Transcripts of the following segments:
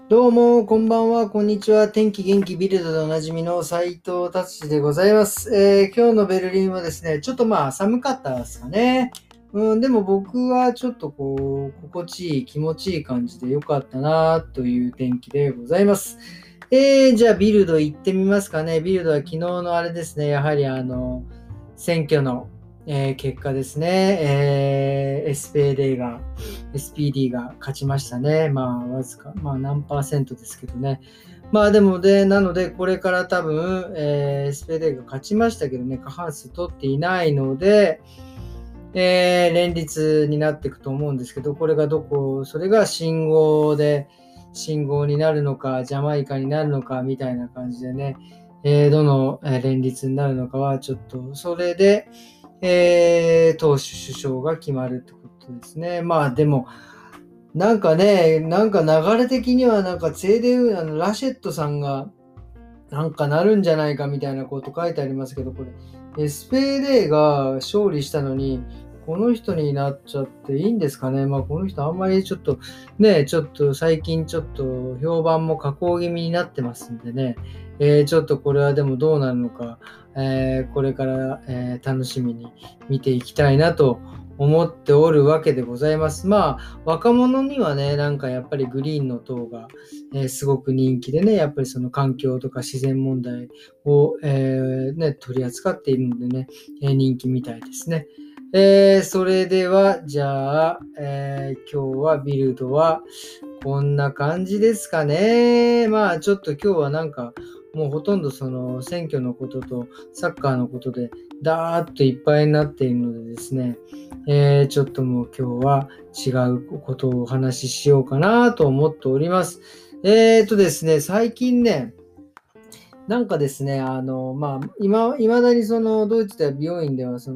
どうも、こんばんは、こんにちは。天気元気ビルドでおなじみの斉藤達でございます。今日のベルリンはですね、ちょっと寒かったですかね。でも僕はちょっと心地いい、気持ちいい感じで良かったなという天気でございます。じゃあビルド行ってみますかね。ビルドは昨日のあれですね、やはり選挙の、結果ですね、SPD が勝ちましたね。わずか、何パーセントですけどね。なので、これから多分、SPD が勝ちましたけどね、過半数取っていないので、連立になっていくと思うんですけど、それが信号になるのか、ジャマイカになるのか、みたいな感じでね、どの連立になるのかは、ちょっと、それで、党首首相が決まるってことですね。でも、なんかね、なんか流れ的には、なんか、ラシェットさんが、なんかなるんじゃないかみたいなこと書いてありますけど、これ、SPD が勝利したのに、この人になっちゃっていいんですかね。この人あんまりちょっと、ね、ちょっと最近ちょっと評判も下降気味になってますんでね、ちょっとこれはでもどうなるのか、これから、楽しみに見ていきたいなと思っておるわけでございます。若者にはね、なんかやっぱりグリーンの党が、すごく人気でね、やっぱりその環境とか自然問題を、取り扱っているのでね、人気みたいですね。それでは、じゃあ、今日はビルドはこんな感じですかね。ちょっと今日はなんか、もうほとんどその選挙のこととサッカーのことでダーッといっぱいになっているのでですね、ちょっともう今日は違うことをお話ししようかなと思っております。ですね、最近ね、なんかですね、いまだにその、ドイツでは美容院では、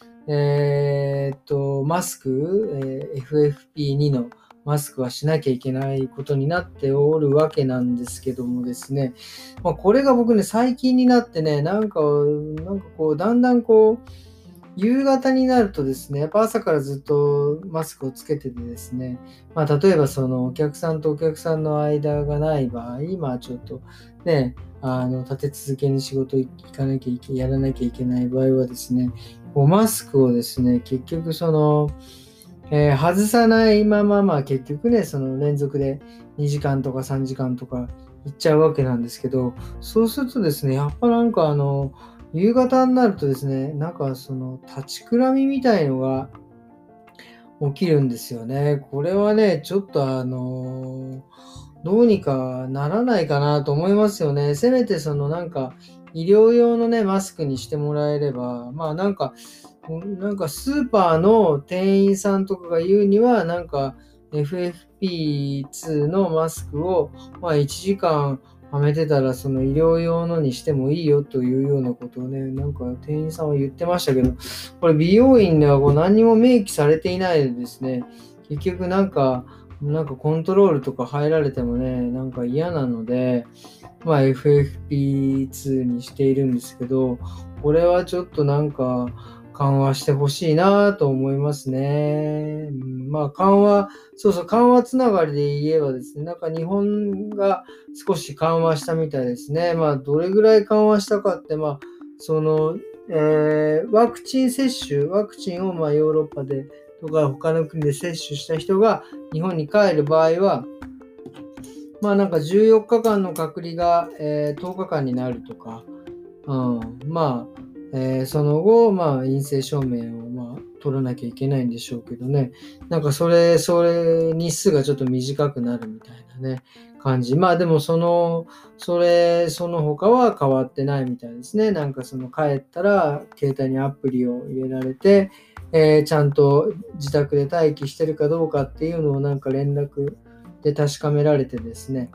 マスク、FFP2 のマスクはしなきゃいけないことになっておるわけなんですけどもですね、これが僕ね、最近になってね、だんだん夕方になるとですね、やっぱ朝からずっとマスクをつけててですね、例えばそのお客さんとお客さんの間がない場合、ちょっとね、立て続けに仕事行かなきゃいけ、やらなきゃいけない場合はですね、マスクをですね、結局外さないまま、結局ね、その連続で2時間とか3時間とか行っちゃうわけなんですけど、そうするとですね、やっぱなんか夕方になるとですね、なんかその立ちくらみみたいのが起きるんですよね。これはね、ちょっとどうにかならないかなと思いますよね。せめてそのなんか医療用のね、マスクにしてもらえれば、なんかスーパーの店員さんとかが言うには、なんか FFP2 のマスクを1時間はめてたらその医療用のにしてもいいよというようなことをね、なんか店員さんは言ってましたけど、これ美容院では何にも明記されていないでですね、結局なんかコントロールとか入られてもね、なんか嫌なので、FFP2 にしているんですけど、これはちょっとなんか緩和してほしいなと思いますね。緩和つながりで言えばですね、なんか日本が少し緩和したみたいですね。どれぐらい緩和したかって、その、ワクチンをヨーロッパでとか他の国で接種した人が日本に帰る場合は、なんか14日間の隔離が、10日間になるとか、うん、その後、陰性証明を、取らなきゃいけないんでしょうけどね。なんかそれ、日数がちょっと短くなるみたいなね、感じ。でもその他は変わってないみたいですね。なんかその帰ったら、携帯にアプリを入れられて、ちゃんと自宅で待機してるかどうかっていうのをなんか連絡で確かめられてですね、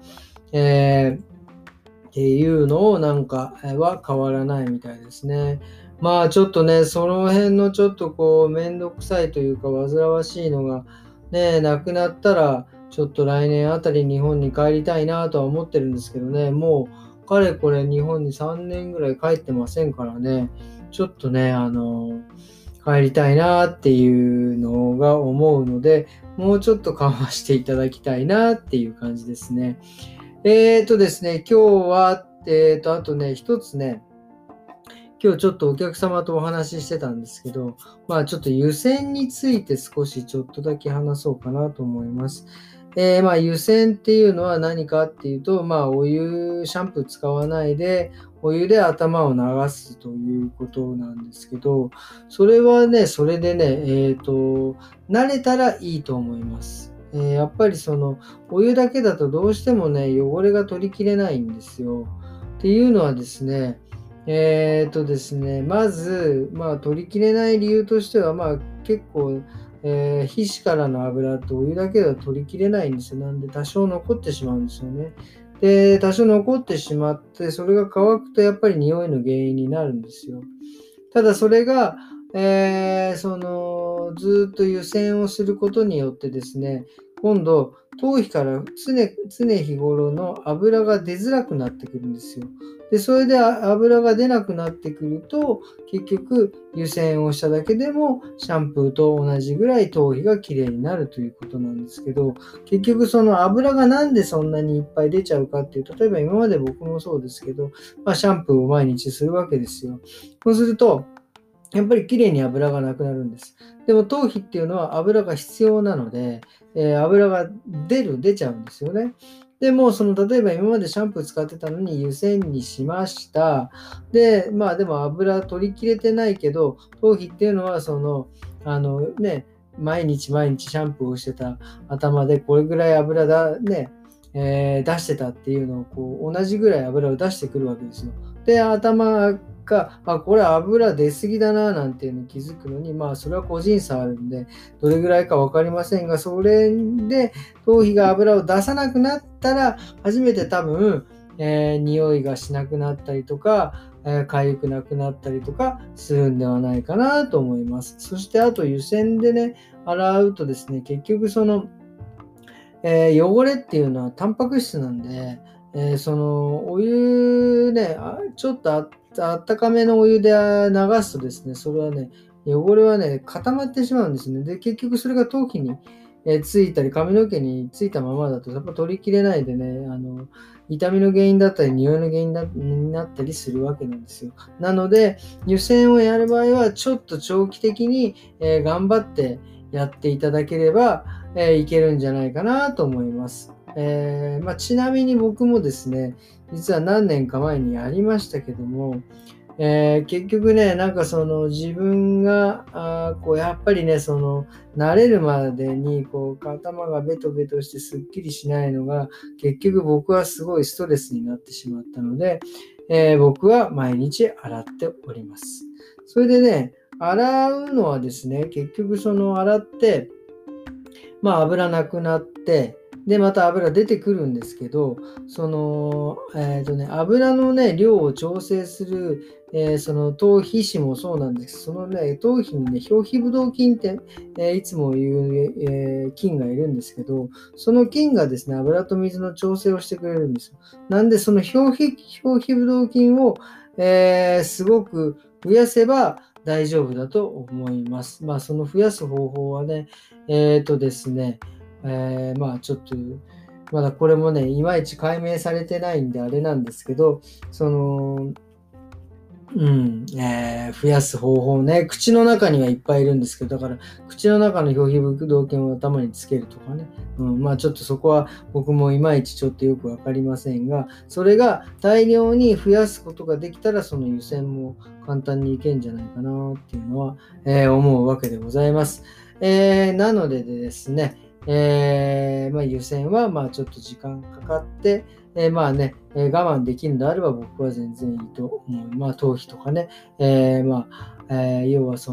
っていうのをなんかは変わらないみたいですね。ちょっとね、その辺のちょっとめんどくさいというか煩わしいのがね、なくなったら、ちょっと来年あたり日本に帰りたいなとは思ってるんですけどね、もうかれこれ日本に3年ぐらい帰ってませんからね、ちょっとね、 帰りたいなっていうのが思うので、もうちょっと緩和していただきたいなっていう感じですね。ですね、今日は、あとね、一つね、今日ちょっとお客様とお話ししてたんですけど、ちょっと湯煎について少しちょっとだけ話そうかなと思います。湯煎っていうのは何かっていうと、お湯、シャンプー使わないで、お湯で頭を流すということなんですけど、それはね、それでね、慣れたらいいと思います。やっぱりお湯だけだとどうしてもね、汚れが取りきれないんですよ。っていうのはですね、ですね、まず、取りきれない理由としては、結構、皮脂からの油とお湯だけでは取りきれないんですよ。なんで多少残ってしまうんですよね。で、多少残ってしまって、それが乾くとやっぱり匂いの原因になるんですよ。ただそれが、ずっと湯煎をすることによってですね、今度、頭皮から常日頃の油が出づらくなってくるんですよ。で、それで油が出なくなってくると、結局湯煎をしただけでもシャンプーと同じぐらい頭皮がきれいになるということなんですけど、結局その油がなんでそんなにいっぱい出ちゃうかっていう、例えば今まで僕もそうですけど、シャンプーを毎日するわけですよ。そうすると、やっぱりきれいに油がなくなるんです。でも頭皮っていうのは油が必要なので、油が出ちゃうんですよね。でも、例えば今までシャンプー使ってたのに湯煎にしました。で、でも油取り切れてないけど、頭皮っていうのは、毎日毎日シャンプーをしてた頭で、これぐらい油だ、ね、出してたっていうのを、同じぐらい油を出してくるわけですよ。で、頭が、これ油出すぎだななんていうのに気づくのに、それは個人差あるんで、どれぐらいか分かりませんが、それで頭皮が油を出さなくなったら、初めて多分、匂いがしなくなったりとか、痒くなくなったりとかするんではないかなと思います。そしてあと湯煎でね、洗うとですね、結局汚れっていうのはタンパク質なんで、お湯ね、ちょっとあったかめのお湯で流すとですね、それはね、汚れはね、固まってしまうんですね。で、結局それが頭皮についたり、髪の毛についたままだと、やっぱ取りきれないでね、痛みの原因だったり、匂いの原因になったりするわけなんですよ。なので、湯煎をやる場合は、ちょっと長期的に、頑張ってやっていただければ、いけるんじゃないかなと思います。ちなみに僕もですね、実は何年か前にやりましたけども、結局ね、自分がやっぱりね、慣れるまでに頭がベトベトしてすっきりしないのが、結局僕はすごいストレスになってしまったので、僕は毎日洗っております。それでね、洗うのはですね、結局洗って、油なくなって、で、また油出てくるんですけど、油のね、量を調整する、頭皮脂もそうなんです。そのね、頭皮にね、表皮ブドウ菌って、いつも言う、菌がいるんですけど、その菌がですね、油と水の調整をしてくれるんですよ。なんで、その表皮ブドウ菌を、すごく増やせば大丈夫だと思います。その増やす方法はね、ですね、ちょっと、まだこれもね、いまいち解明されてないんであれなんですけど、増やす方法ね、口の中にはいっぱいいるんですけど、だから、口の中の表皮ブドウ菌を頭につけるとかね、ちょっとそこは僕もいまいちちょっとよくわかりませんが、それが大量に増やすことができたら、その湯煎も簡単にいけんじゃないかなっていうのは、思うわけでございます。なのでですね、湯煎はちょっと時間かかって、我慢できるのであれば僕は全然いいと思う。頭皮とかね、要は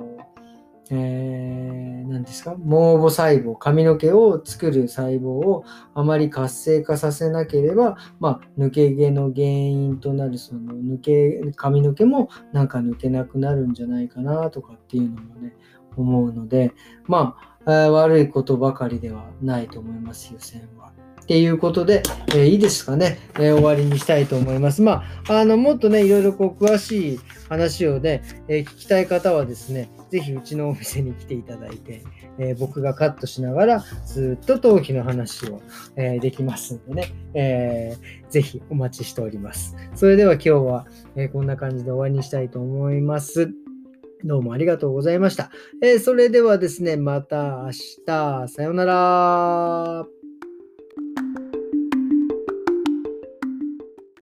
何ですか、毛母細胞、髪の毛を作る細胞をあまり活性化させなければ、抜け毛の原因となる髪の毛も抜けなくなるんじゃないかなとかっていうのもね、思うので、悪いことばかりではないと思います、湯煎は。 っていうことで、いいですかね、終わりにしたいと思います。もっとね、いろいろ詳しい話をね、聞きたい方はですね、ぜひうちのお店に来ていただいて、僕がカットしながらずっと頭皮の話を、できますんでね、ぜひお待ちしております。それでは今日は、こんな感じで終わりにしたいと思います。どうもありがとうございました。それではですね、また明日、さようなら。